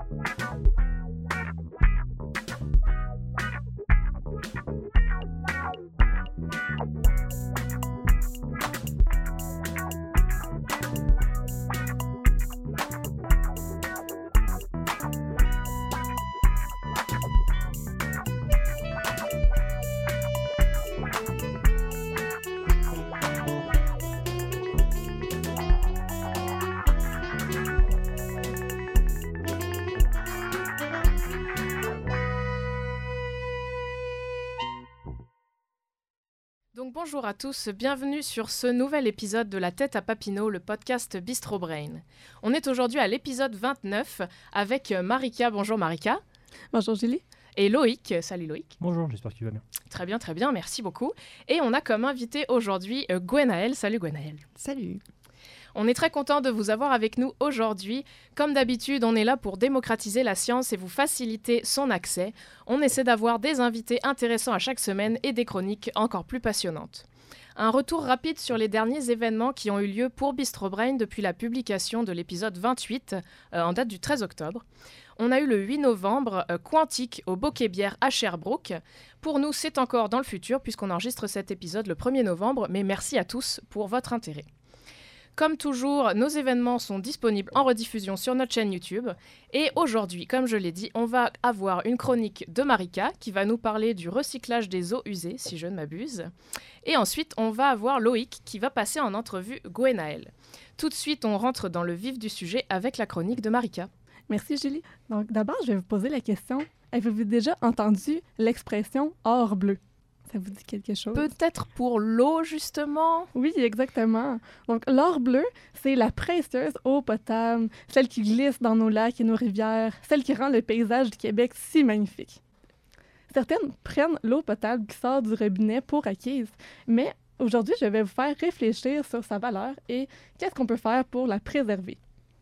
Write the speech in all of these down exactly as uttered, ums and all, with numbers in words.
Donc bonjour à tous, bienvenue sur ce nouvel épisode de La Tête à Papineau, le podcast Bistro Brain. On est aujourd'hui à l'épisode vingt-neuf avec Marika. Bonjour Marika. Bonjour Julie. Et Loïc. Salut Loïc. Bonjour, j'espère que tu vas bien. Très bien, très bien, merci beaucoup. Et on a comme invité aujourd'hui euh, Gwenaëlle. Salut Gwenaëlle. Salut. On est très content de vous avoir avec nous aujourd'hui. Comme d'habitude, on est là pour démocratiser la science et vous faciliter son accès. On essaie d'avoir des invités intéressants à chaque semaine et des chroniques encore plus passionnantes. Un retour rapide sur les derniers événements qui ont eu lieu pour Bistro Brain depuis la publication de l'épisode vingt-huit, euh, en date du treize octobre. On a eu le huit novembre, euh, Quantique au Bokeh Bière à Sherbrooke. Pour nous, c'est encore dans le futur puisqu'on enregistre cet épisode le premier novembre, mais merci à tous pour votre intérêt. Comme toujours, nos événements sont disponibles en rediffusion sur notre chaîne YouTube. Et aujourd'hui, comme je l'ai dit, on va avoir une chronique de Marika qui va nous parler du recyclage des eaux usées, si je ne m'abuse. Et ensuite, on va avoir Loïc qui va passer en entrevue Gwenaëlle. Tout de suite, on rentre dans le vif du sujet avec la chronique de Marika. Merci Julie. Donc d'abord, je vais vous poser la question. Avez-vous déjà entendu l'expression « or bleu » ? Ça vous dit quelque chose? Peut-être pour l'eau, justement? Oui, exactement. Donc, l'or bleu, c'est la précieuse eau potable, celle qui glisse dans nos lacs et nos rivières, celle qui rend le paysage du Québec si magnifique. Certaines prennent l'eau potable qui sort du robinet pour acquise, mais aujourd'hui, je vais vous faire réfléchir sur sa valeur et qu'est-ce qu'on peut faire pour la préserver.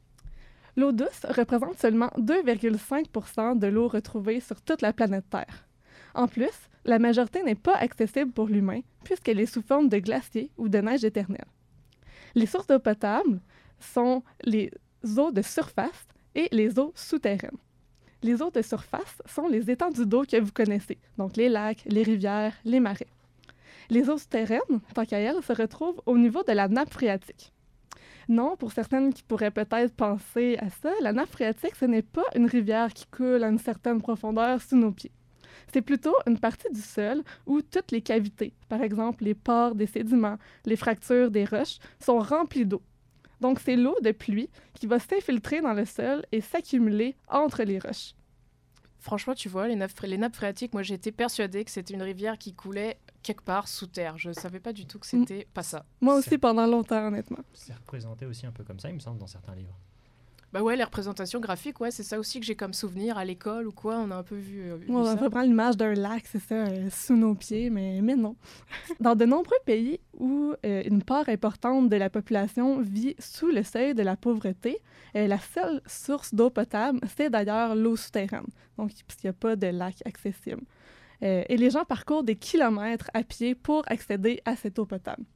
L'eau douce représente seulement deux virgule cinq pour cent de l'eau retrouvée sur toute la planète Terre. En plus, la majorité n'est pas accessible pour l'humain puisqu'elle est sous forme de glaciers ou de neige éternelle. Les sources d'eau potable sont les eaux de surface et les eaux souterraines. Les eaux de surface sont les étendues d'eau que vous connaissez, donc les lacs, les rivières, les marais. Les eaux souterraines, tant qu'à elles, se retrouvent au niveau de la nappe phréatique. Non, pour certaines qui pourraient peut-être penser à ça, la nappe phréatique, ce n'est pas une rivière qui coule à une certaine profondeur sous nos pieds. C'est plutôt une partie du sol où toutes les cavités, par exemple les pores des sédiments, les fractures des roches, sont remplies d'eau. Donc, c'est l'eau de pluie qui va s'infiltrer dans le sol et s'accumuler entre les roches. Franchement, tu vois, les nappes, les nappes phréatiques, moi j'étais persuadée que c'était une rivière qui coulait quelque part sous terre. Je ne savais pas du tout que c'était mmh. pas ça. Moi aussi, c'est... pendant longtemps, honnêtement. C'est représenté aussi un peu comme ça, il me semble, dans certains livres. Bah ouais, les représentations graphiques, ouais, c'est ça aussi que j'ai comme souvenir à l'école ou quoi, on a un peu vu, euh, vu on ça. On va prendre l'image d'un lac, c'est ça, euh, sous nos pieds, mais, mais non. Dans de nombreux pays où euh, une part importante de la population vit sous le seuil de la pauvreté, euh, la seule source d'eau potable, c'est d'ailleurs l'eau souterraine, donc parce qu'il n'y a pas de lac accessible. Euh, et les gens parcourent des kilomètres à pied pour accéder à cette eau potable.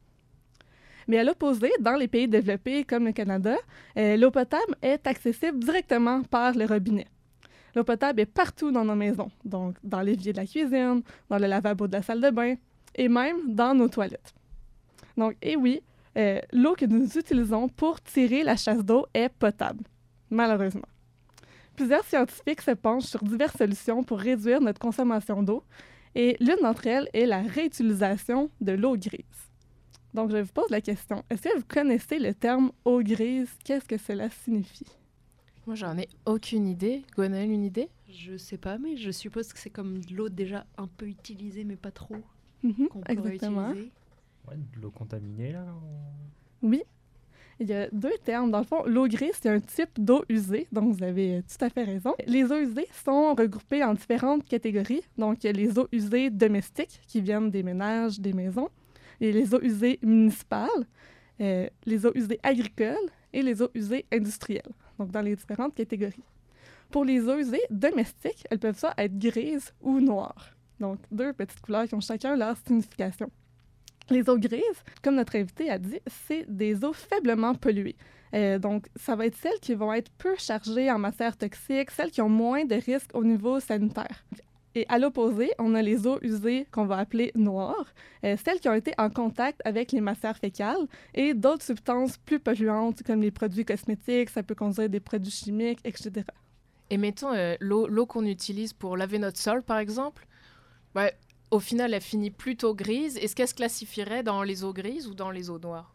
Mais à l'opposé, dans les pays développés comme le Canada, euh, l'eau potable est accessible directement par le robinet. L'eau potable est partout dans nos maisons, donc dans l'évier de la cuisine, dans le lavabo de la salle de bain et même dans nos toilettes. Donc, et oui, euh, l'eau que nous utilisons pour tirer la chasse d'eau est potable, malheureusement. Plusieurs scientifiques se penchent sur diverses solutions pour réduire notre consommation d'eau et l'une d'entre elles est la réutilisation de l'eau grise. Donc, je vous pose la question. Est-ce que vous connaissez le terme « eau grise »? Qu'est-ce que cela signifie? Moi, j'en ai aucune idée. Gwenaëlle, une idée? Je sais pas, mais je suppose que c'est comme de l'eau déjà un peu utilisée, mais pas trop, mm-hmm, qu'on peut exactement. réutiliser. Ouais, de l'eau contaminée, là? Oui. Il y a deux termes. Dans le fond, l'eau grise, c'est un type d'eau usée, donc vous avez tout à fait raison. Les eaux usées sont regroupées en différentes catégories. Donc, il y a les eaux usées domestiques, qui viennent des ménages, des maisons. Et les eaux usées municipales, euh, les eaux usées agricoles et les eaux usées industrielles, donc dans les différentes catégories. Pour les eaux usées domestiques, elles peuvent soit être grises ou noires, donc deux petites couleurs qui ont chacun leur signification. Les eaux grises, comme notre invité a dit, c'est des eaux faiblement polluées. Euh, donc, ça va être celles qui vont être peu chargées en matières toxiques, celles qui ont moins de risques au niveau sanitaire. Et à l'opposé, on a les eaux usées qu'on va appeler noires, euh, celles qui ont été en contact avec les matières fécales et d'autres substances plus polluantes comme les produits cosmétiques, ça peut conduire des produits chimiques, et cetera. Et mettons euh, l'eau, l'eau qu'on utilise pour laver notre sol, par exemple, ouais, au final, elle finit plutôt grise. Est-ce qu'elle se classifierait dans les eaux grises ou dans les eaux noires?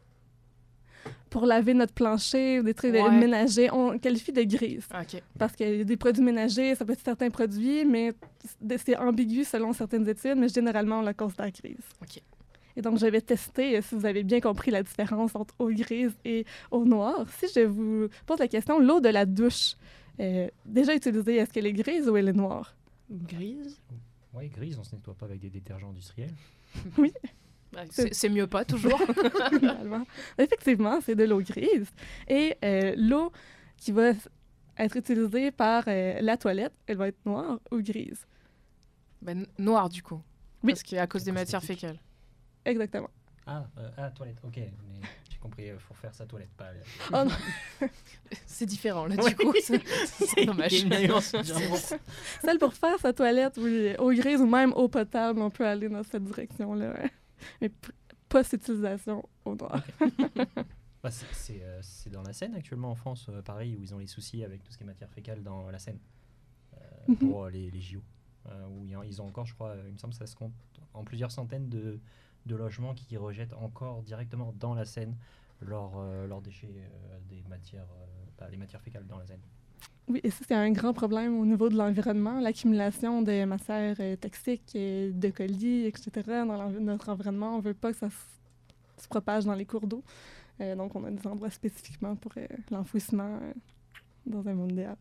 Pour laver notre plancher ou des trucs Ouais. ménagers, on qualifie de grise. OK. Parce qu'il y a des produits ménagers, ça peut être certains produits, mais c'est ambigu selon certaines études, mais généralement, on la considère grise. OK. Et donc, je vais tester si vous avez bien compris la différence entre eau grise et eau noire. Si je vous pose la question, l'eau de la douche, euh, déjà utilisée, est-ce qu'elle est grise ou elle est noire? Grise. Oui, grise, on se nettoie pas avec des détergents industriels. Oui. Ouais, c'est, c'est mieux pas, toujours. Finalement. Effectivement, c'est de l'eau grise. Et euh, l'eau qui va être utilisée par euh, la toilette, elle va être noire ou grise. Ben, noir, du coup. Oui. Parce qu'à cause des matières Cosmétique. fécales. Exactement. Ah, euh, ah, toilette, ok. Mais j'ai compris, il faut faire sa toilette, pas... Oh non. C'est différent, là, du Oui. coup. C'est, c'est dommage. Il y a une nuance, bien bon. Celle pour faire sa toilette, oui, eau grise ou même eau potable, on peut aller dans cette direction-là. hein. Mais p- post-utilisation, eau noire. Bah, c'est, c'est, euh, c'est dans la Seine actuellement en France, euh, Paris, où ils ont les soucis avec tout ce qui est matière fécale dans la Seine euh, Mhm. pour euh, les, les J O. Euh, où il y a- ils ont encore, je crois, euh, il me semble que ça se compte en plusieurs centaines de, de logements qui rejettent encore directement dans la Seine leurs, euh, leurs déchets euh, des matières, euh, bah, les matières fécales dans la Seine. Oui, et ça, c'est un grand problème au niveau de l'environnement, l'accumulation de matières euh, toxiques, euh, de colis, et cetera dans l'env- notre environnement. On ne veut pas que ça se, se propage dans les cours d'eau. Euh, donc, on a des endroits spécifiquement pour euh, l'enfouissement euh, dans un monde idéal.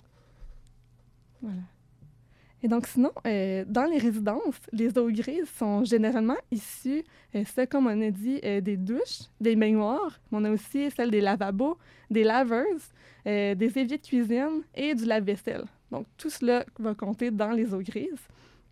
Voilà. Et donc, sinon, euh, dans les résidences, les eaux grises sont généralement issues, euh, ça, comme on a dit, euh, des douches, des baignoires, mais on a aussi celles des lavabos, des laveuses, euh, des éviers de cuisine et du lave-vaisselle. Donc, tout cela va compter dans les eaux grises.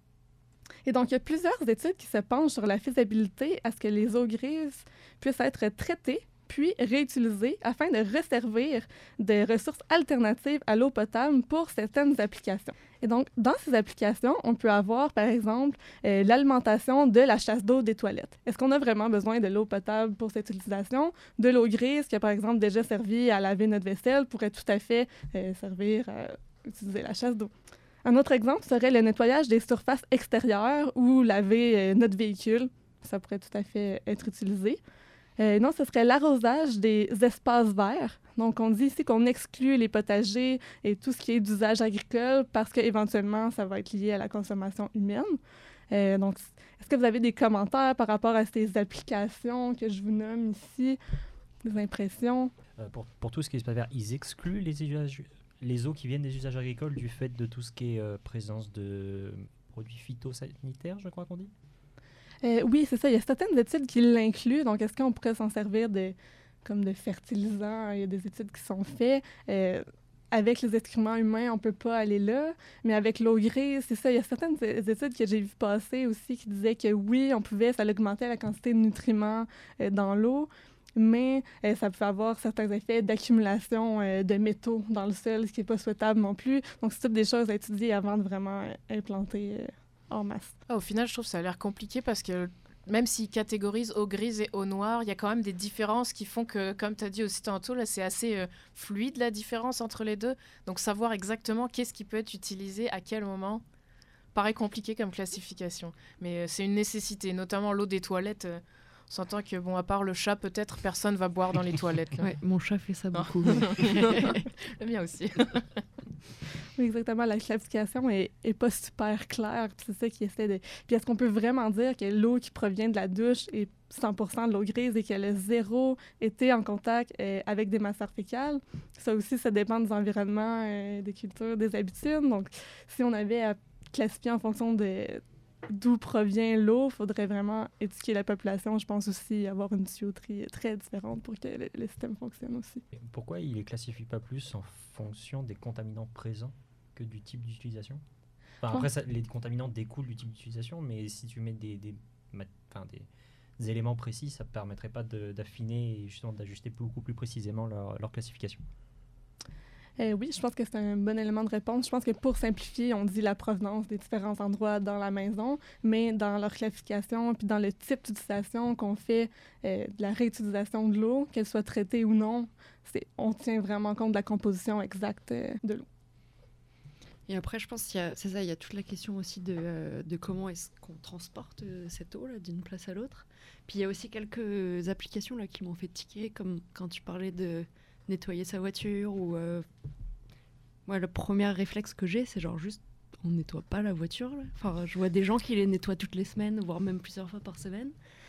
Et donc, il y a plusieurs études qui se penchent sur la faisabilité à ce que les eaux grises puissent être traitées puis réutilisées afin de resservir des ressources alternatives à l'eau potable pour certaines applications. Et donc, dans ces applications, on peut avoir, par exemple, euh, l'alimentation de la chasse d'eau des toilettes. Est-ce qu'on a vraiment besoin de l'eau potable pour cette utilisation? De l'eau grise, qui a, par exemple, déjà servi à laver notre vaisselle, pourrait tout à fait euh, servir à utiliser la chasse d'eau. Un autre exemple serait le nettoyage des surfaces extérieures ou laver euh, notre véhicule. Ça pourrait tout à fait être utilisé. Euh, non, ce serait l'arrosage des espaces verts. Donc, on dit ici qu'on exclut les potagers et tout ce qui est d'usage agricole parce qu'éventuellement, ça va être lié à la consommation humaine. Euh, donc, est-ce que vous avez des commentaires par rapport à ces applications que je vous nomme ici, des impressions? Euh, pour, pour tout ce qui est espace vert, ils excluent les, usages, les eaux qui viennent des usages agricoles du fait de tout ce qui est euh, présence de produits phytosanitaires, je crois qu'on dit. Euh, oui, c'est ça. Il y a certaines études qui l'incluent. Donc, est-ce qu'on pourrait s'en servir de, comme de fertilisant? Il y a des études qui sont faites. Euh, avec les excréments humains, on ne peut pas aller là. Mais avec l'eau grise, c'est ça. Il y a certaines études que j'ai vues passer aussi qui disaient que oui, on pouvait, ça augmentait la quantité de nutriments euh, dans l'eau. Mais euh, ça peut avoir certains effets d'accumulation euh, de métaux dans le sol, ce qui n'est pas souhaitable non plus. Donc, c'est toutes des choses à étudier avant de vraiment euh, implanter euh, en masse. Ah, au final, je trouve que ça a l'air compliqué parce que même s'ils catégorisent eau grise et eau noire, il y a quand même des différences qui font que, comme tu as dit aussi tantôt, là, c'est assez euh, fluide la différence entre les deux. Donc savoir exactement qu'est-ce qui peut être utilisé à quel moment paraît compliqué comme classification. Mais euh, c'est une nécessité, notamment l'eau des toilettes. Euh, on s'entend que, bon, à part le chat, peut-être personne va boire dans les toilettes. Là. Ouais, mon chat fait ça beaucoup. Le mien aussi. Oui, exactement. La classification est, est pas super claire. puis C'est ça qui essaie de... Puis est-ce qu'on peut vraiment dire que l'eau qui provient de la douche est cent pour cent de l'eau grise et qu'elle a zéro été en contact euh, avec des matières fécales? Ça aussi, ça dépend des environnements, euh, des cultures, des habitudes. Donc, si on avait à classifier en fonction de d'où provient l'eau, il faudrait vraiment éduquer la population. Je pense aussi avoir une tuyauterie très différente pour que le, le système fonctionne aussi. Et pourquoi ils ne les classifient pas plus en fonction des contaminants présents que du type d'utilisation? Enfin, Oh. après, ça, les contaminants découlent du type d'utilisation, mais si tu mets des, des, mat- enfin, des, éléments précis, ça ne permettrait pas de, d'affiner et justement d'ajuster beaucoup plus précisément leur, leur classification? Euh, oui, je pense que c'est un bon élément de réponse. Je pense que pour simplifier, on dit la provenance des différents endroits dans la maison, mais dans leur classification, puis dans le type d'utilisation qu'on fait euh, de la réutilisation de l'eau, qu'elle soit traitée ou non, c'est, on tient vraiment compte de la composition exacte euh, de l'eau. Et après, je pense qu'il y a, c'est ça, il y a toute la question aussi de, euh, de comment est-ce qu'on transporte euh, cette eau là, d'une place à l'autre. Puis il y a aussi quelques applications là, qui m'ont fait tiquer, comme quand tu parlais de nettoyer sa voiture ou... Euh, moi, le premier réflexe que j'ai, c'est genre juste, on nettoie pas la voiture. Là. Enfin, je vois des gens qui les nettoient toutes les semaines, voire même plusieurs fois par semaine.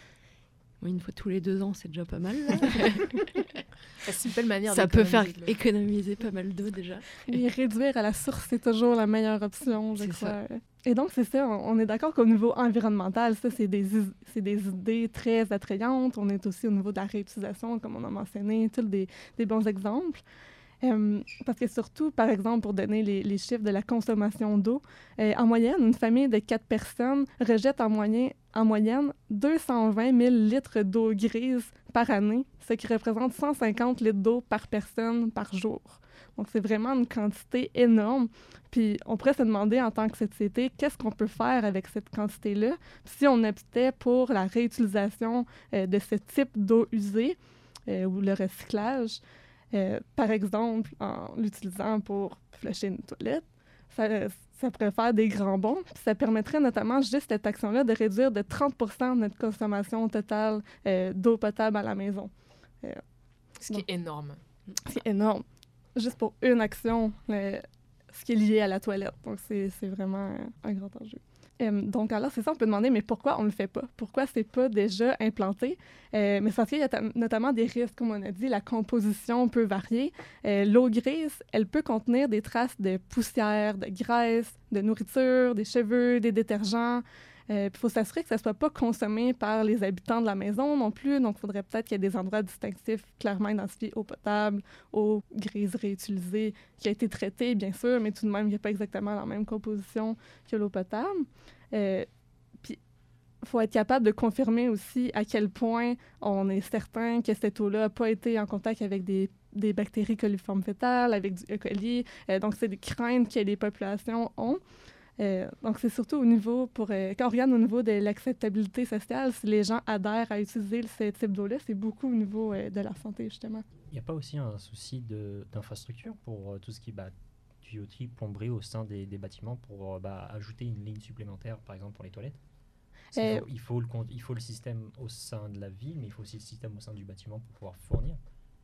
Moi, une fois tous les deux ans, c'est déjà pas mal. Là. C'est une belle manière Ça peut faire d'économiser de l'eau. économiser pas mal d'eau déjà. Et réduire à la source, c'est toujours la meilleure option, je C'est crois. Et donc, c'est ça, on, on est d'accord qu'au niveau environnemental, ça, c'est des, is- c'est des idées très attrayantes. On est aussi au niveau de la réutilisation, comme on a mentionné, tous des, des bons exemples. Euh, parce que surtout, par exemple, pour donner les, les chiffres de la consommation d'eau, euh, en moyenne, une famille de quatre personnes rejette en, moyen, en moyenne deux cent vingt mille litres d'eau grise par année, ce qui représente cent cinquante litres d'eau par personne par jour. Donc, c'est vraiment une quantité énorme. Puis, on pourrait se demander en tant que société, qu'est-ce qu'on peut faire avec cette quantité-là si on optait pour la réutilisation euh, de ce type d'eau usée euh, ou le recyclage. Euh, par exemple, en l'utilisant pour flusher une toilette, ça, ça pourrait faire des grands bons. Puis ça permettrait notamment, juste cette action-là, de réduire de trente pour cent notre consommation totale euh, d'eau potable à la maison. Euh, Ce qui est énorme. c'est énorme. Juste pour une action, euh, ce qui est lié à la toilette. Donc, c'est, c'est vraiment euh, un grand enjeu. Euh, donc, alors, c'est ça, on peut demander, mais pourquoi on ne le fait pas? Pourquoi c'est pas déjà implanté? Euh, mais c'est parce qu'il y a ta- notamment des risques, comme on a dit, la composition peut varier. Euh, l'eau grise, elle peut contenir des traces de poussière, de graisse, de nourriture, des cheveux, des détergents. Il faut s'assurer que ça ne soit pas consommé par les habitants de la maison non plus. Donc, il faudrait peut-être qu'il y ait des endroits distinctifs clairement identifiés, eau potable, eau grise réutilisée, qui a été traitée, bien sûr, mais tout de même, il n'y a pas exactement la même composition que l'eau potable. Euh, puis, il faut être capable de confirmer aussi à quel point on est certain que cette eau-là n'a pas été en contact avec des, des bactéries coliformes fétales, avec du E. coli. Euh, donc, c'est des craintes que les populations ont. Euh, donc, c'est surtout au niveau, pour, euh, quand on regarde au niveau de l'acceptabilité sociale, si les gens adhèrent à utiliser ce type d'eau-là, c'est beaucoup au niveau euh, de la santé, justement. Il n'y a pas aussi un souci de, d'infrastructure pour euh, tout ce qui est bah, tuyauterie, plomberie au sein des, des bâtiments pour euh, bah, ajouter une ligne supplémentaire, par exemple, pour les toilettes? Euh, il, faut, il, faut le, con- il faut le système au sein de la ville, mais il faut aussi le système au sein du bâtiment pour pouvoir fournir.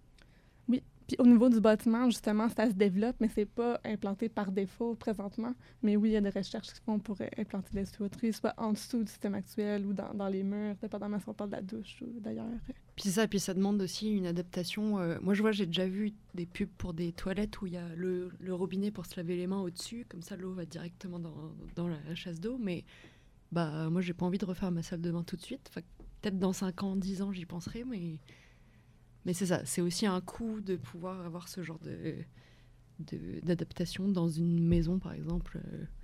Oui, puis au niveau du bâtiment, justement, ça se développe, mais c'est pas implanté par défaut présentement. Mais oui, il y a des recherches qui se font pour euh, implanter des tuyauteries, soit en dessous du système actuel ou dans, dans les murs, dépendamment si on parle de la douche ou d'ailleurs. Puis c'est ça, puis ça demande aussi une adaptation. Euh, moi, je vois, j'ai déjà vu des pubs pour des toilettes où il y a le, le robinet pour se laver les mains au-dessus, comme ça l'eau va directement dans, dans la chasse d'eau. Mais bah, moi, j'ai pas envie de refaire ma salle de bain tout de suite. Enfin, peut-être dans cinq ans, dix ans, j'y penserai, mais... Mais c'est ça, c'est aussi un coût de pouvoir avoir ce genre de, de, d'adaptation dans une maison, par exemple.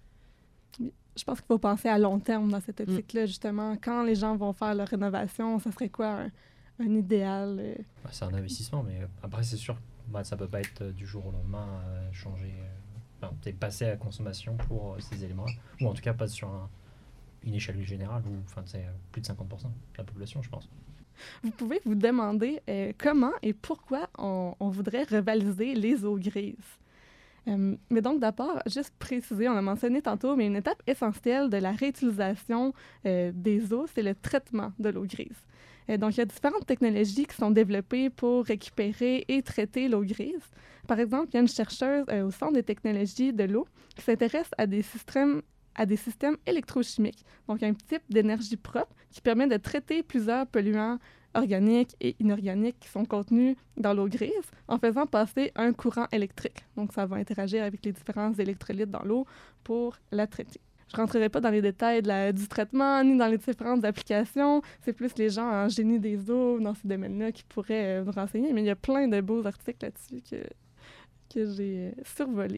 Oui. Je pense qu'il faut penser à long terme dans cette optique-là, mm. justement. Quand les gens vont faire leur rénovation, ça serait quoi un, un idéal? Euh... Bah, c'est un investissement, mais après, c'est sûr, bah, ça peut pas être euh, du jour au lendemain euh, changer, euh, enfin, peut-être passer à la consommation pour euh, ces éléments-là, ou en tout cas pas sur un, une échelle générale, où enfin, c'est plus de cinquante pour cent de la population, je pense. Vous pouvez vous demander euh, comment et pourquoi on, on voudrait revaliser les eaux grises. Euh, mais donc, d'abord, juste préciser, on a mentionné tantôt, mais une étape essentielle de la réutilisation euh, des eaux, c'est le traitement de l'eau grise. Euh, donc, il y a différentes technologies qui sont développées pour récupérer et traiter l'eau grise. Par exemple, il y a une chercheuse euh, au Centre des technologies de l'eau qui s'intéresse à des systèmes à des systèmes électrochimiques, donc un type d'énergie propre qui permet de traiter plusieurs polluants organiques et inorganiques qui sont contenus dans l'eau grise en faisant passer un courant électrique. Donc, ça va interagir avec les différents électrolytes dans l'eau pour la traiter. Je ne rentrerai pas dans les détails de la, du traitement ni dans les différentes applications. C'est plus les gens en génie des eaux dans ces domaines-là qui pourraient euh, nous renseigner, mais il y a plein de beaux articles là-dessus que, que j'ai euh, survolés.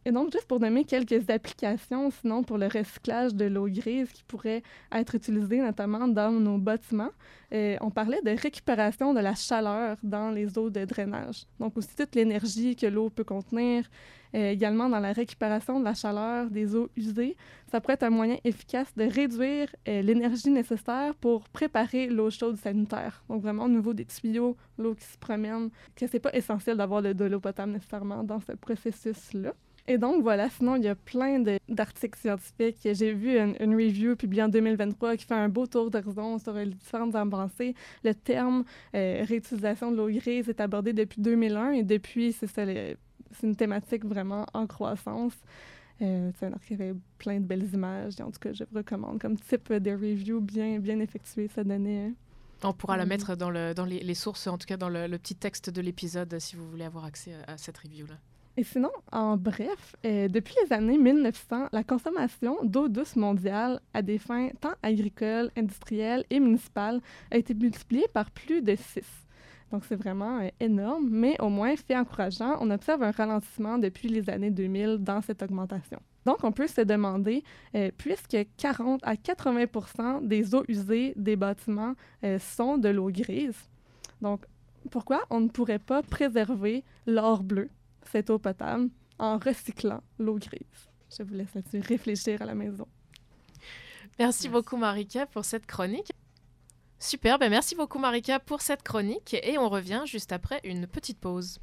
Et donc, juste pour nommer quelques applications, sinon pour le recyclage de l'eau grise qui pourrait être utilisée notamment dans nos bâtiments, euh, on parlait de récupération de la chaleur dans les eaux de drainage. Donc aussi toute l'énergie que l'eau peut contenir, euh, également dans la récupération de la chaleur des eaux usées. Ça pourrait être un moyen efficace de réduire euh, l'énergie nécessaire pour préparer l'eau chaude sanitaire. Donc vraiment au niveau des tuyaux, l'eau qui se promène, que c'est pas essentiel d'avoir de, de l'eau potable nécessairement dans ce processus-là. Et donc, voilà, sinon, il y a plein de, d'articles scientifiques. J'ai vu une, une review publiée en deux mille vingt-trois qui fait un beau tour d'horizon sur les différentes avancées. Le terme euh, réutilisation de l'eau grise est abordé depuis deux mille un et depuis, c'est ça, le, c'est une thématique vraiment en croissance. Euh, c'est un article qui avait plein de belles images. Et en tout cas, je vous recommande comme type de review bien, bien effectué. Ça donnait... On pourra mmh. la mettre dans, le, dans les, les sources, en tout cas dans le, le petit texte de l'épisode, si vous voulez avoir accès à, à cette review-là. Et sinon, en bref, euh, depuis les années mille neuf cents, la consommation d'eau douce mondiale à des fins tant agricoles, industrielles et municipales a été multipliée par plus de six. Donc, c'est vraiment euh, énorme, mais au moins, fait encourageant, on observe un ralentissement depuis les années deux mille dans cette augmentation. Donc, on peut se demander, euh, puisque quarante à quatre-vingts pour cent des eaux usées des bâtiments euh, sont de l'eau grise, donc pourquoi on ne pourrait pas préserver l'or bleu, cette eau potable, en recyclant l'eau grise? Je vous laisse là-dessus réfléchir à la maison. Merci, merci. beaucoup, Marika, pour cette chronique. Super, ben merci beaucoup, Marika, pour cette chronique. Et on revient juste après une petite pause.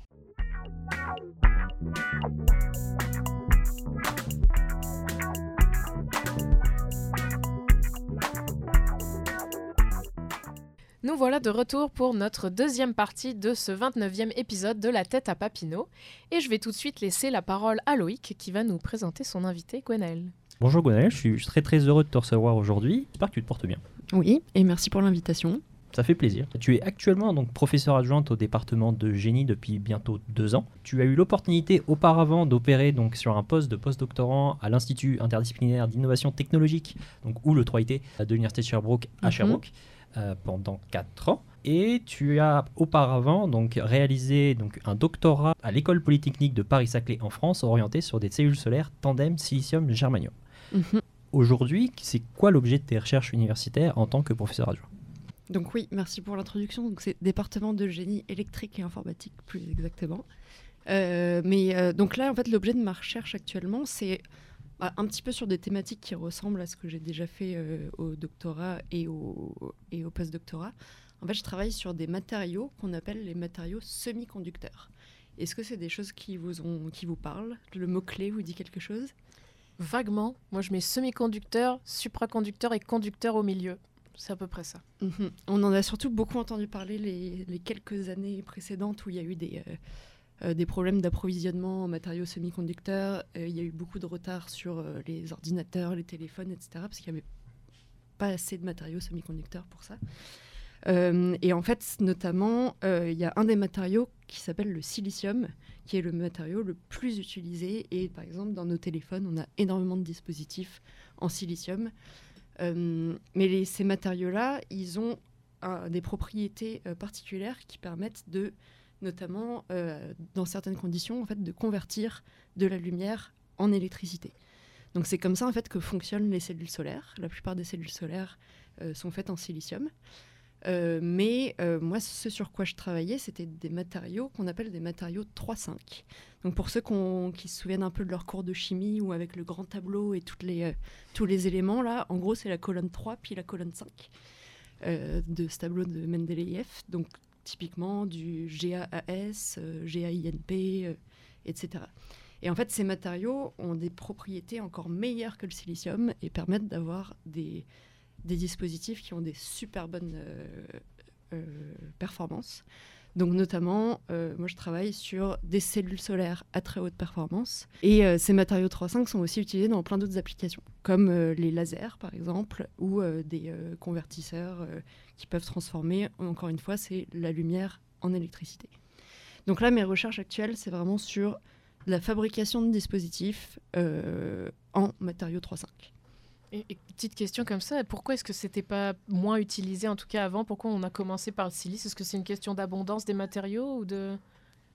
Nous voilà de retour pour notre deuxième partie de ce vingt-neuvième épisode de La Tête à Papineau. Et je vais tout de suite laisser la parole à Loïc qui va nous présenter son invité Gwenaëlle. Bonjour Gwenaëlle, je suis très très heureux de te recevoir aujourd'hui. J'espère que tu te portes bien. Oui, et merci pour l'invitation. Ça fait plaisir. Tu es actuellement donc professeure adjointe au département de génie depuis bientôt deux ans. Tu as eu l'opportunité auparavant d'opérer donc sur un poste de postdoctorant à l'Institut interdisciplinaire d'innovation technologique, donc ou le trois I T de l'Université de Sherbrooke à mm-hmm. Sherbrooke. Euh, pendant quatre ans. Et tu as auparavant donc, réalisé donc, un doctorat à l'École Polytechnique de Paris-Saclay en France, orienté sur des cellules solaires tandem silicium-germanium. Mm-hmm. Aujourd'hui, c'est quoi l'objet de tes recherches universitaires en tant que professeur adjoint ? Donc oui, merci pour l'introduction. Donc, c'est département de génie électrique et informatique, plus exactement. Euh, mais euh, donc là, en fait, l'objet de ma recherche actuellement, c'est un petit peu sur des thématiques qui ressemblent à ce que j'ai déjà fait euh, au doctorat et au, et au post-doctorat. En fait, je travaille sur des matériaux qu'on appelle les matériaux semi-conducteurs. Est-ce que c'est des choses qui vous, ont, qui vous parlent ? Le mot-clé vous dit quelque chose ? Vaguement. Moi, je mets semi-conducteur, supraconducteur et conducteur au milieu. C'est à peu près ça. Mm-hmm. On en a surtout beaucoup entendu parler les, les quelques années précédentes où il y a eu des... Euh, Euh, des problèmes d'approvisionnement en matériaux semi-conducteurs. Euh, il y a eu beaucoup de retard sur euh, les ordinateurs, les téléphones, et cetera, parce qu'il n'y avait pas assez de matériaux semi-conducteurs pour ça. Euh, et en fait, notamment, euh, il y a un des matériaux qui s'appelle le silicium, qui est le matériau le plus utilisé. Et par exemple, dans nos téléphones, on a énormément de dispositifs en silicium. Euh, mais les, ces matériaux-là, ils ont euh, des propriétés euh, particulières qui permettent de notamment euh, dans certaines conditions, en fait, de convertir de la lumière en électricité. Donc c'est comme ça en fait que fonctionnent les cellules solaires. La plupart des cellules solaires euh, sont faites en silicium. Euh, mais euh, moi, ce sur quoi je travaillais, c'était des matériaux qu'on appelle des matériaux trois cinq. Donc pour ceux qu'on, qui se souviennent un peu de leur cours de chimie ou avec le grand tableau et toutes les, euh, tous les éléments, là, en gros, c'est la colonne trois puis la colonne cinq euh, de ce tableau de Mendeleïev. Donc typiquement du G A A S, euh, G A I N P, euh, et cetera. Et en fait, ces matériaux ont des propriétés encore meilleures que le silicium et permettent d'avoir des, des dispositifs qui ont des super bonnes euh, euh, performances. Donc notamment, euh, moi je travaille sur des cellules solaires à très haute performance. Et euh, ces matériaux trois cinq sont aussi utilisés dans plein d'autres applications, comme euh, les lasers par exemple, ou euh, des euh, convertisseurs euh, qui peuvent transformer, encore une fois, c'est la lumière en électricité. Donc là, mes recherches actuelles, c'est vraiment sur la fabrication de dispositifs euh, en matériaux trois cinq. Et, et petite question comme ça, pourquoi est-ce que c'était pas moins utilisé en tout cas avant ? Pourquoi on a commencé par le silice ? Est-ce que c'est une question d'abondance des matériaux ou de...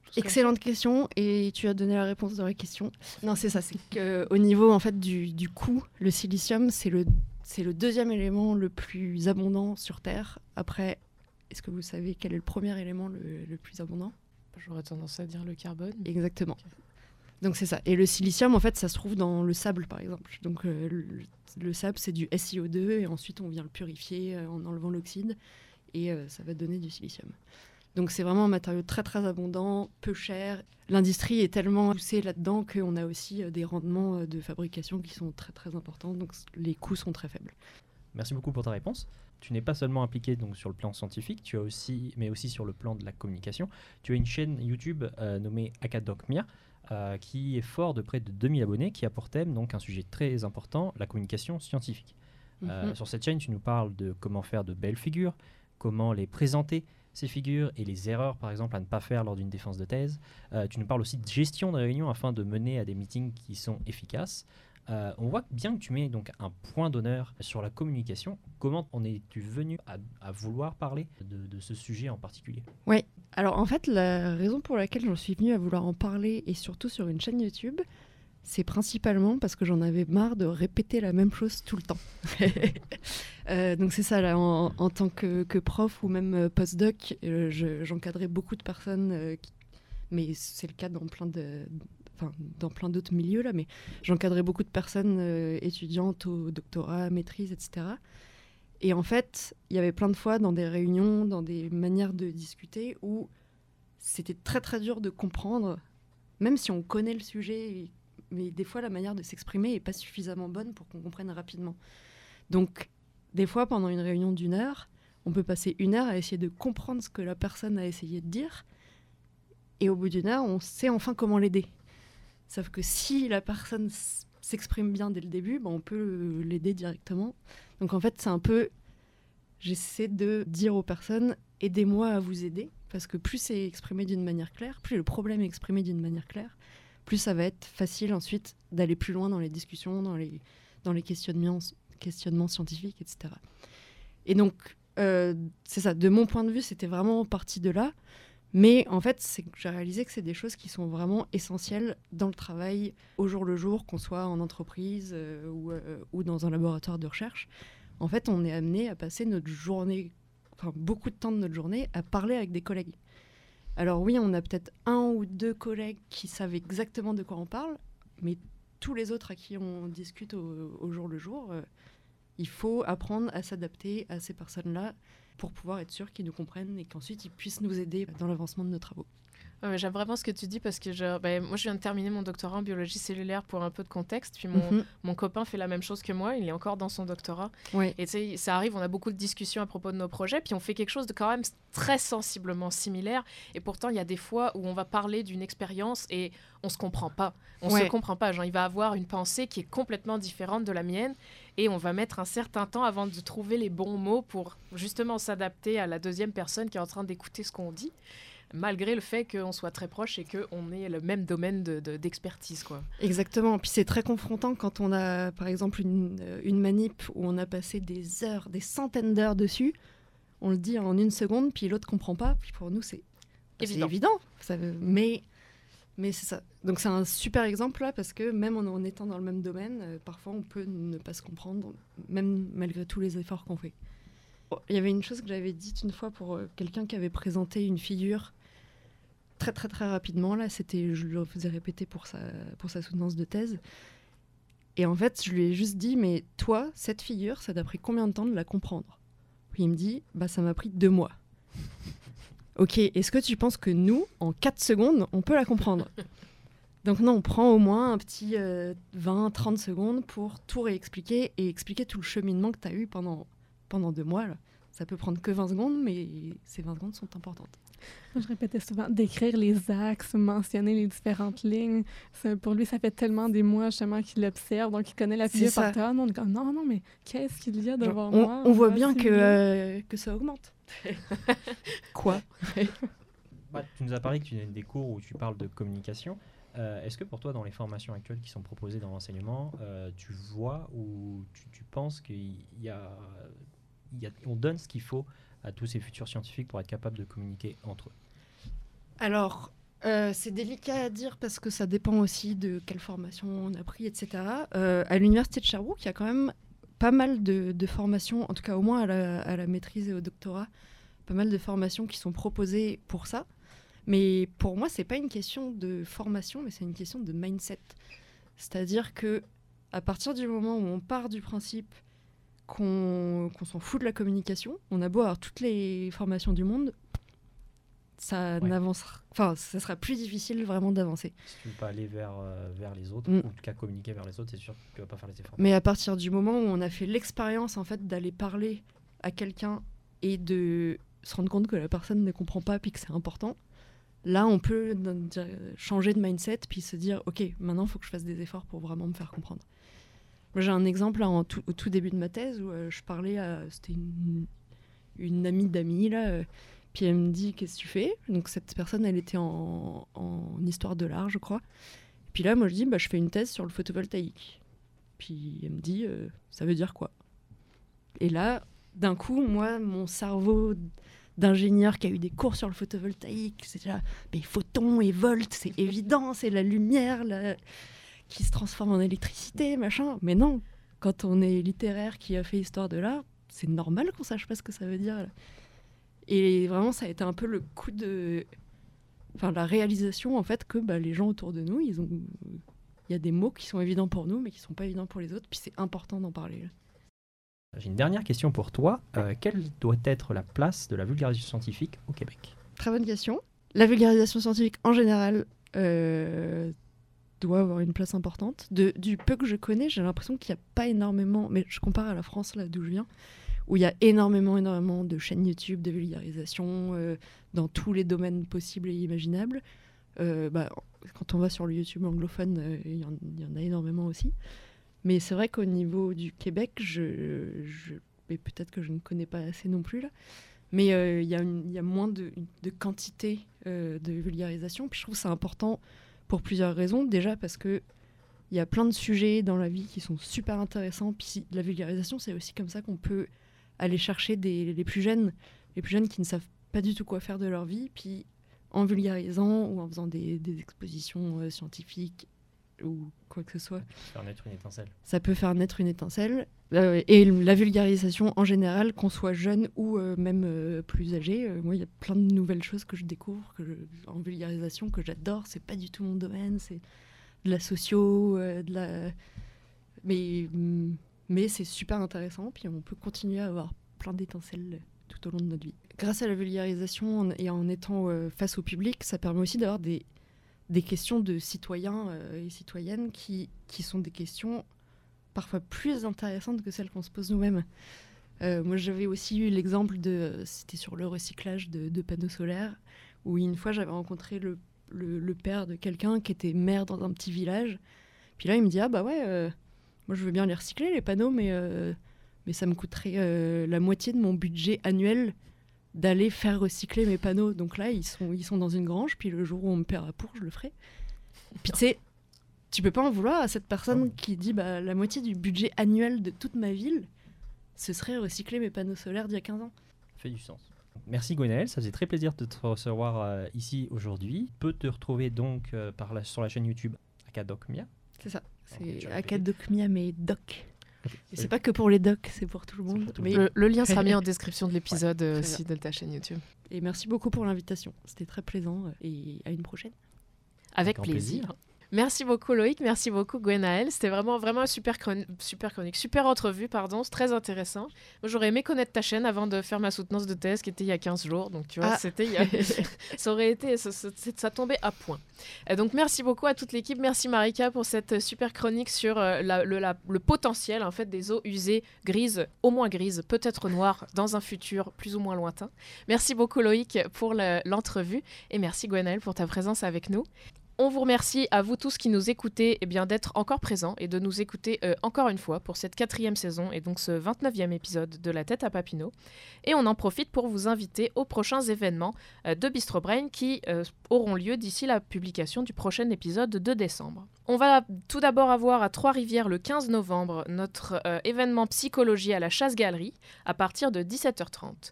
Excellente question, et tu as donné la réponse de la question. Non, c'est ça, c'est qu'au niveau en fait, du, du coût, le silicium, c'est le, c'est le deuxième élément le plus abondant sur Terre. Après, est-ce que vous savez quel est le premier élément le, le plus abondant ? J'aurais tendance à dire le carbone. Exactement. Okay. Donc c'est ça. Et le silicium, en fait, ça se trouve dans le sable, par exemple. Donc euh, le, le sable, c'est du S i O deux, et ensuite on vient le purifier euh, en enlevant l'oxyde, et euh, ça va donner du silicium. Donc c'est vraiment un matériau très très abondant, peu cher. L'industrie est tellement poussée là-dedans qu'on a aussi euh, des rendements euh, de fabrication qui sont très très importants, donc les coûts sont très faibles. Merci beaucoup pour ta réponse. Tu n'es pas seulement impliqué donc, sur le plan scientifique, tu as aussi, mais aussi sur le plan de la communication. Tu as une chaîne YouTube euh, nommée Acadocmia, euh, qui est fort de près de deux mille abonnés, qui a pour thème donc, un sujet très important, la communication scientifique. Mm-hmm. Euh, sur cette chaîne, tu nous parles de comment faire de belles figures, comment les présenter, ces figures, et les erreurs, par exemple, à ne pas faire lors d'une défense de thèse. Euh, tu nous parles aussi de gestion de réunions afin de mener à des meetings qui sont efficaces. Euh, on voit bien que tu mets donc un point d'honneur sur la communication. Comment en es-tu venu à, à vouloir parler de, de ce sujet en particulier ? Oui, alors en fait, la raison pour laquelle j'en suis venue à vouloir en parler, et surtout sur une chaîne YouTube, c'est principalement parce que j'en avais marre de répéter la même chose tout le temps. euh, donc c'est ça, là, en, en tant que, que prof ou même euh, postdoc, euh, je, j'encadrais beaucoup de personnes, euh, qui... mais c'est le cas dans plein de... Enfin, dans plein d'autres milieux, là, mais j'encadrais beaucoup de personnes euh, étudiantes au doctorat, maîtrise, et cetera. Et en fait, il y avait plein de fois dans des réunions, dans des manières de discuter, où c'était très très dur de comprendre, même si on connaît le sujet, mais des fois la manière de s'exprimer n'est pas suffisamment bonne pour qu'on comprenne rapidement. Donc, des fois, pendant une réunion d'une heure, on peut passer une heure à essayer de comprendre ce que la personne a essayé de dire, et au bout d'une heure, on sait enfin comment l'aider. Sauf que si la personne s'exprime bien dès le début, ben on peut l'aider directement. Donc en fait, c'est un peu... J'essaie de dire aux personnes, aidez-moi à vous aider, parce que plus c'est exprimé d'une manière claire, plus le problème est exprimé d'une manière claire, plus ça va être facile ensuite d'aller plus loin dans les discussions, dans les, dans les questionnements, questionnements scientifiques, et cetera. Et donc, euh, c'est ça, de mon point de vue, c'était vraiment parti de là. Mais en fait, c'est que j'ai réalisé que c'est des choses qui sont vraiment essentielles dans le travail au jour le jour, qu'on soit en entreprise euh, ou, euh, ou dans un laboratoire de recherche. En fait, on est amené à passer notre journée, enfin beaucoup de temps de notre journée, à parler avec des collègues. Alors oui, on a peut-être un ou deux collègues qui savent exactement de quoi on parle, mais tous les autres à qui on discute au, au jour le jour, euh, il faut apprendre à s'adapter à ces personnes-là pour pouvoir être sûr qu'ils nous comprennent et qu'ensuite ils puissent nous aider dans l'avancement de nos travaux. Ouais, mais j'aime vraiment ce que tu dis parce que je, bah, moi je viens de terminer mon doctorat en biologie cellulaire pour un peu de contexte, puis mon, mm-hmm. mon copain fait la même chose que moi, il est encore dans son doctorat. Ouais. Et tu sais, ça arrive, on a beaucoup de discussions à propos de nos projets, puis on fait quelque chose de quand même très sensiblement similaire, et pourtant il y a des fois où on va parler d'une expérience et on se comprend pas. On ouais. se comprend pas, genre il va avoir une pensée qui est complètement différente de la mienne, et on va mettre un certain temps avant de trouver les bons mots pour justement s'adapter à la deuxième personne qui est en train d'écouter ce qu'on dit, malgré le fait qu'on soit très proche et qu'on ait le même domaine de, de, d'expertise, quoi. Exactement. Puis c'est très confrontant quand on a, par exemple, une, une manip où on a passé des heures, des centaines d'heures dessus. On le dit en une seconde, puis l'autre comprend pas. Puis pour nous, c'est évident. C'est évident ça, mais, mais c'est ça. Donc c'est un super exemple là, parce que même en, en étant dans le même domaine, euh, parfois on peut ne pas se comprendre, même malgré tous les efforts qu'on fait. Il y avait une chose que j'avais dite une fois pour euh, quelqu'un qui avait présenté une figure très très très rapidement, là, c'était, je le faisais répéter pour sa, pour sa soutenance de thèse. Et en fait, je lui ai juste dit, mais toi, cette figure, ça t'a pris combien de temps de la comprendre ? Puis il me dit, bah ça m'a pris deux mois. Ok, est-ce que tu penses que nous, en quatre secondes, on peut la comprendre ? Donc non, on prend au moins un petit euh, vingt à trente secondes pour tout réexpliquer et expliquer tout le cheminement que tu as eu pendant, pendant deux mois. Là. Ça peut prendre que vingt secondes, mais ces vingt secondes sont importantes. Je répétais souvent, décrire les axes, mentionner les différentes lignes. Ça, pour lui, ça fait tellement des mois justement qu'il l'observe, donc il connaît la figure par cœur. Non, on est comme, non, non, mais qu'est-ce qu'il y a devant Genre, moi? On, on voit bien que, euh, que ça augmente. Quoi? Bah, tu nous as parlé que tu donnes des cours où tu parles de communication. Euh, est-ce que pour toi, dans les formations actuelles qui sont proposées dans l'enseignement, euh, tu vois ou tu, tu penses qu'il y a, il y a, on donne ce qu'il faut à tous ces futurs scientifiques pour être capables de communiquer entre eux? Alors, Euh, c'est délicat à dire parce que ça dépend aussi de quelle formation on a pris, et cetera. Euh, à l'université de Sherbrooke, il y a quand même pas mal de, de formations, en tout cas au moins à la, à la maîtrise et au doctorat, pas mal de formations qui sont proposées pour ça. Mais pour moi, c'est pas une question de formation, mais c'est une question de mindset. C'est-à-dire que à partir du moment où on part du principe qu'on, qu'on s'en fout de la communication, on a beau avoir toutes les formations du monde, ça Ouais. n'avancera. Enfin, ça sera plus difficile vraiment d'avancer. Si tu veux pas aller vers, euh, vers les autres, Mm. ou en tout cas communiquer vers les autres, c'est sûr que tu vas pas faire les efforts. Mais à partir du moment où on a fait l'expérience en fait d'aller parler à quelqu'un et de se rendre compte que la personne ne comprend pas puis que c'est important, là on peut euh, dire- changer de mindset puis se dire ok, maintenant il faut que je fasse des efforts pour vraiment me faire comprendre. Moi j'ai un exemple là, en tout- au tout début de ma thèse où euh, je parlais à c'était une, une amie d'amis là, euh, puis elle me dit qu'est-ce que tu fais? Donc cette personne elle était en, en histoire de l'art je crois. Puis là moi je dis bah je fais une thèse sur le photovoltaïque. Puis elle me dit, euh, ça veut dire quoi? Et là, d'un coup, moi, mon cerveau d'ingénieur qui a eu des cours sur le photovoltaïque, c'est là, mais photons et volts, c'est évident, c'est la lumière la- qui se transforme en électricité, machin. Mais non, quand on est littéraire qui a fait histoire de l'art, c'est normal qu'on sache pas ce que ça veut dire. là. Et vraiment, ça a été un peu le coup de... Enfin, la réalisation, en fait, que bah, les gens autour de nous, ils ont... Il y a des mots qui sont évidents pour nous, mais qui sont pas évidents pour les autres, puis c'est important d'en parler. là. J'ai une dernière question pour toi. Euh, quelle doit être la place de la vulgarisation scientifique au Québec? Très bonne question. La vulgarisation scientifique, en général, euh, doit avoir une place importante. De, du peu que je connais, j'ai l'impression qu'il n'y a pas énormément, mais je compare à la France, là d'où je viens, où il y a énormément, énormément de chaînes YouTube, de vulgarisation, euh, dans tous les domaines possibles et imaginables. Euh, bah, quand on va sur le YouTube anglophone, euh, il y, en- il y en a énormément aussi. Mais c'est vrai qu'au niveau du Québec, je, je, et peut-être que je ne connais pas assez non plus là, mais euh, il y, a une- il y a moins de, de quantité euh, de vulgarisation. Puis je trouve que c'est important pour plusieurs raisons. Déjà parce que il y a plein de sujets dans la vie qui sont super intéressants. Puis si- la vulgarisation, c'est aussi comme ça qu'on peut aller chercher des, les plus jeunes, les plus jeunes qui ne savent pas du tout quoi faire de leur vie. Puis en vulgarisant ou en faisant des, des expositions euh, scientifiques ou quoi que ce soit, Faire naître une étincelle. ça peut faire naître une étincelle. Euh, et la vulgarisation en général, qu'on soit jeune ou euh, même euh, plus âgé, euh, moi il y a plein de nouvelles choses que je découvre que je- en vulgarisation que j'adore. C'est pas du tout mon domaine, c'est de la socio, euh, de la. Mais, mm, mais c'est super intéressant, puis on peut continuer à avoir plein d'étincelles tout au long de notre vie. Grâce à la vulgarisation en- et en étant euh, face au public, ça permet aussi d'avoir des, des questions de citoyens euh, et citoyennes qui, qui sont des questions parfois plus intéressantes que celles qu'on se pose nous-mêmes. Euh, moi, j'avais aussi eu l'exemple de... C'était sur le recyclage de, de panneaux solaires, où une fois, j'avais rencontré le, le, le père de quelqu'un qui était maire dans un petit village. Puis là, il me dit, ah bah ouais, euh, moi, je veux bien les recycler, les panneaux, mais, euh, mais ça me coûterait euh, la moitié de mon budget annuel d'aller faire recycler mes panneaux. Donc là, ils sont, ils sont dans une grange, puis le jour où on me paiera pour, je le ferai. Puis tu sais, tu peux pas en vouloir à cette personne qui dit bah, la moitié du budget annuel de toute ma ville, ce serait recycler mes panneaux solaires d'il y a quinze ans. Ça fait du sens. Merci Gwenaëlle, ça faisait très plaisir de te recevoir euh, ici aujourd'hui. Peut te retrouver donc euh, par la, sur la chaîne YouTube Acadocmia. C'est ça. Ok, tu C'est as Acadocmia, mais doc. Et Oui. c'est pas que pour les docs, c'est pour tout le C'est monde. pour tout le Mais- monde. Le, le lien sera mis en description de l'épisode euh, très aussi de ta chaîne YouTube. Et merci beaucoup pour l'invitation. C'était très plaisant euh, et à une prochaine. Avec grand plaisir. plaisir. Merci beaucoup Loïc, merci beaucoup Gwenaëlle. C'était vraiment, vraiment un super, chron- super chronique, super entrevue, pardon, c'est très intéressant. Moi j'aurais aimé connaître ta chaîne avant de faire ma soutenance de thèse qui était il y a quinze jours, donc tu vois, Ah. c'était, il y a- ça aurait été, ça, ça, ça tombait à point. Et donc merci beaucoup à toute l'équipe, merci Marika pour cette super chronique sur euh, la- le, la- le potentiel en fait des eaux usées grises, au moins grises, peut-être noires, dans un futur plus ou moins lointain. Merci beaucoup Loïc pour le- l'entrevue et merci Gwenaëlle pour ta présence avec nous. On vous remercie à vous tous qui nous écoutez eh bien, d'être encore présents et de nous écouter euh, encore une fois pour cette quatrième saison et donc ce vingt-neuvième épisode de La Tête à Papineau. Et on en profite pour vous inviter aux prochains événements euh, de Bistro Brain qui euh, auront lieu d'ici la publication du prochain épisode de décembre. On va tout d'abord avoir à Trois-Rivières le quinze novembre notre euh, événement psychologie à la Chasse-Galerie à partir de dix-sept heures trente.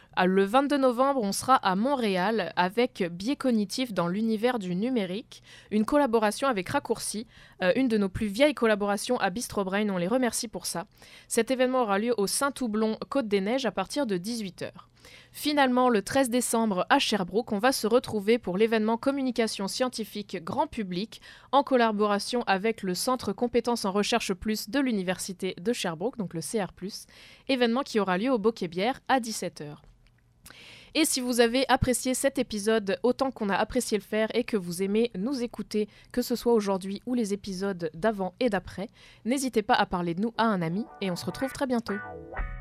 Ah, le vingt-deux novembre, on sera à Montréal avec Biais cognitif dans l'univers du numérique, une collaboration avec Raccourci, euh, une de nos plus vieilles collaborations à Bistro Brain, on les remercie pour ça. Cet événement aura lieu au Saint-Toublon, Côte-des-Neiges, à partir de dix-huit heures. Finalement, le treize décembre à Sherbrooke, on va se retrouver pour l'événement Communication scientifique grand public en collaboration avec le Centre Compétences en Recherche Plus de l'Université de Sherbrooke, donc le C R plus, événement qui aura lieu au Boquet-Bière à dix-sept heures. Et si vous avez apprécié cet épisode autant qu'on a apprécié le faire et que vous aimez nous écouter, que ce soit aujourd'hui ou les épisodes d'avant et d'après, n'hésitez pas à parler de nous à un ami et on se retrouve très bientôt.